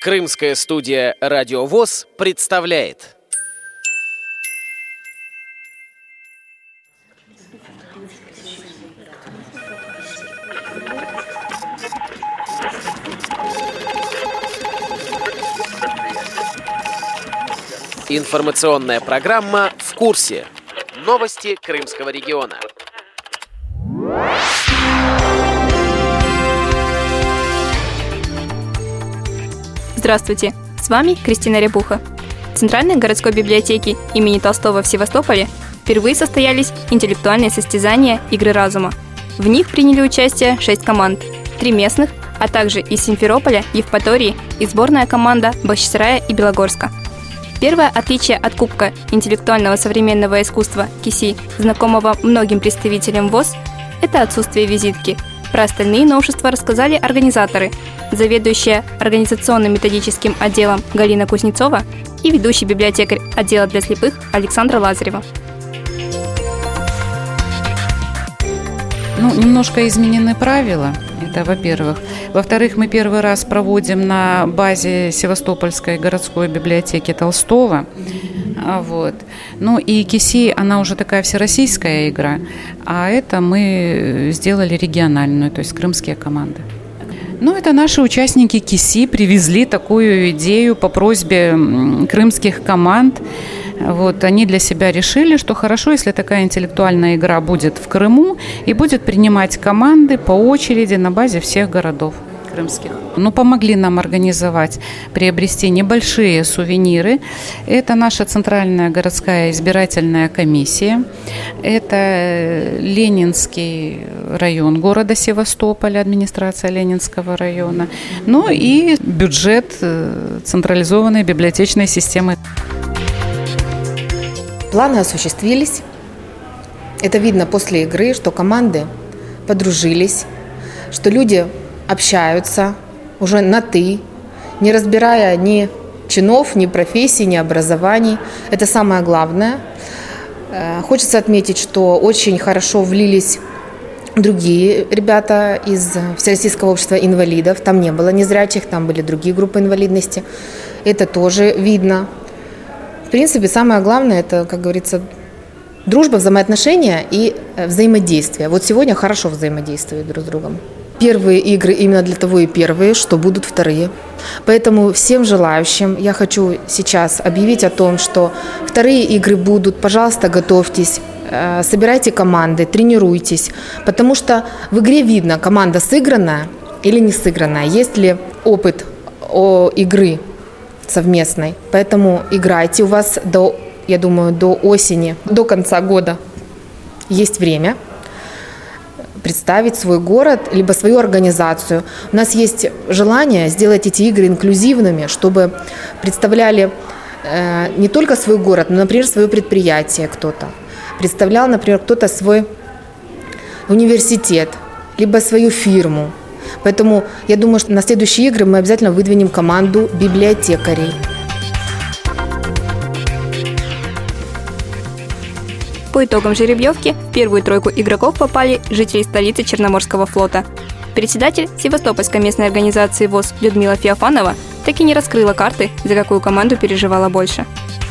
Крымская студия «Радио ВОС» представляет. Информационная программа «В курсе». Новости Крымского региона. Здравствуйте, с вами Кристина Рябуха. В Центральной городской библиотеке имени Толстого в Севастополе впервые состоялись интеллектуальные состязания «Игры разума». В них приняли участие 6 команд, 3 местных, а также из Симферополя, Евпатории и сборная команда Бахчисарая и Белогорска. Первое отличие от Кубка интеллектуального современного искусства КИСИ, знакомого многим представителям ВОС, это отсутствие визитки. Про остальные новшества рассказали организаторы, заведующая организационно-методическим отделом Галина Кузнецова и ведущий библиотекарь отдела для слепых Александра Лазарева. Немножко изменены правила, это во-первых. Во-вторых, мы первый раз проводим на базе Севастопольской городской библиотеки Толстого. И КИСИ, она уже такая всероссийская игра, а это мы сделали региональную, то есть крымские команды. Это наши участники КИСИ привезли такую идею по просьбе крымских команд. Они для себя решили, что хорошо, если такая интеллектуальная игра будет в Крыму и будет принимать команды по очереди на базе всех городов крымских. Помогли нам организовать, приобрести небольшие сувениры. Это наша Центральная городская избирательная комиссия. Это Ленинский район города Севастополя, администрация Ленинского района. И бюджет централизованной библиотечной системы. Планы осуществились. Это видно после игры, что команды подружились, что люди общаются уже на «ты», не разбирая ни чинов, ни профессий, ни образований. Это самое главное. Хочется отметить, что очень хорошо влились другие ребята из Всероссийского общества инвалидов. Там не было незрячих, там были другие группы инвалидности. Это тоже видно. В принципе, самое главное – это, как говорится, дружба, взаимоотношения и взаимодействие. Сегодня хорошо взаимодействуют друг с другом. Первые игры именно для того и первые, что будут вторые. Поэтому всем желающим я хочу сейчас объявить о том, что вторые игры будут. Пожалуйста, готовьтесь, собирайте команды, тренируйтесь. Потому что в игре видно, команда сыгранная или не сыгранная. Есть ли опыт игры совместной. Поэтому играйте. У вас до осени, до конца года есть время представить свой город, либо свою организацию. У нас есть желание сделать эти игры инклюзивными, чтобы представляли не только свой город, но, например, свое предприятие кто-то. Представлял, например, кто-то свой университет, либо свою фирму. Поэтому я думаю, что на следующие игры мы обязательно выдвинем команду библиотекарей. По итогам жеребьевки в первую тройку игроков попали жители столицы Черноморского флота. Председатель Севастопольской местной организации ВОС Людмила Феофанова так и не раскрыла карты, за какую команду переживала больше.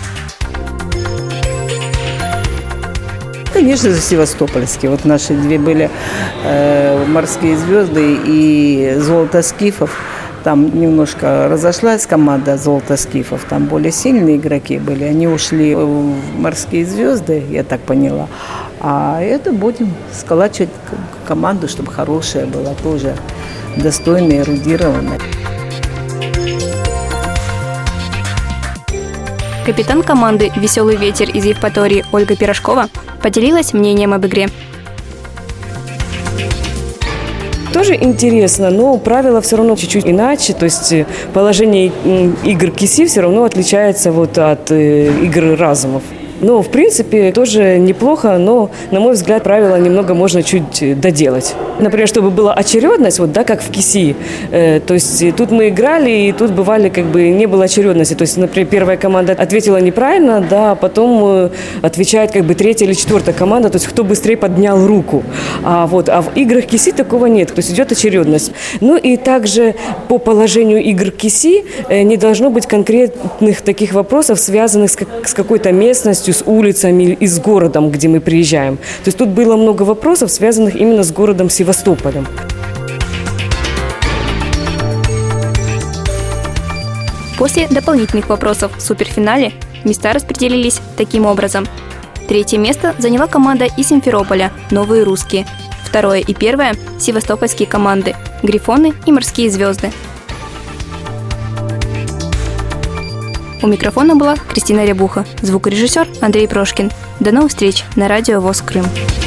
Конечно же, севастопольские. Наши две были «Морские звезды» и «Золото скифов». Там немножко разошлась команда «Золото скифов». Там более сильные игроки были. Они ушли в «Морские звезды», я так поняла. А это будем сколачивать команду, чтобы хорошая была, тоже достойная, эрудированная. Капитан команды «Веселый ветер» из Евпатории Ольга Пирожкова поделилась мнением об игре. Тоже интересно, но правила все равно чуть-чуть иначе. То есть положение игр КИСИ все равно отличается от игр разумов. Но, в принципе, тоже неплохо, но, на мой взгляд, правила немного можно чуть доделать. Например, чтобы была очередность, вот, да, как в КИСИ. То есть тут мы играли, и тут бывали, как бы, не было очередности. То есть, например, первая команда ответила неправильно, да, а потом отвечает, как бы, третья или четвертая команда, то есть кто быстрее поднял руку. А в играх КИСИ такого нет, то есть идет очередность. Ну и также по положению игр КИСИ не должно быть конкретных таких вопросов, связанных с какой-то местностью, с улицами и с городом, где мы приезжаем. То есть тут было много вопросов, связанных именно с городом Севастополем. После дополнительных вопросов в суперфинале места распределились таким образом. 3 место заняла команда из Симферополя «Новые русские». 2 и 1 – севастопольские команды «Грифоны» и «Морские звезды». У микрофона была Кристина Рябуха, звукорежиссер Андрей Прошкин. До новых встреч на радио ВОС Крым.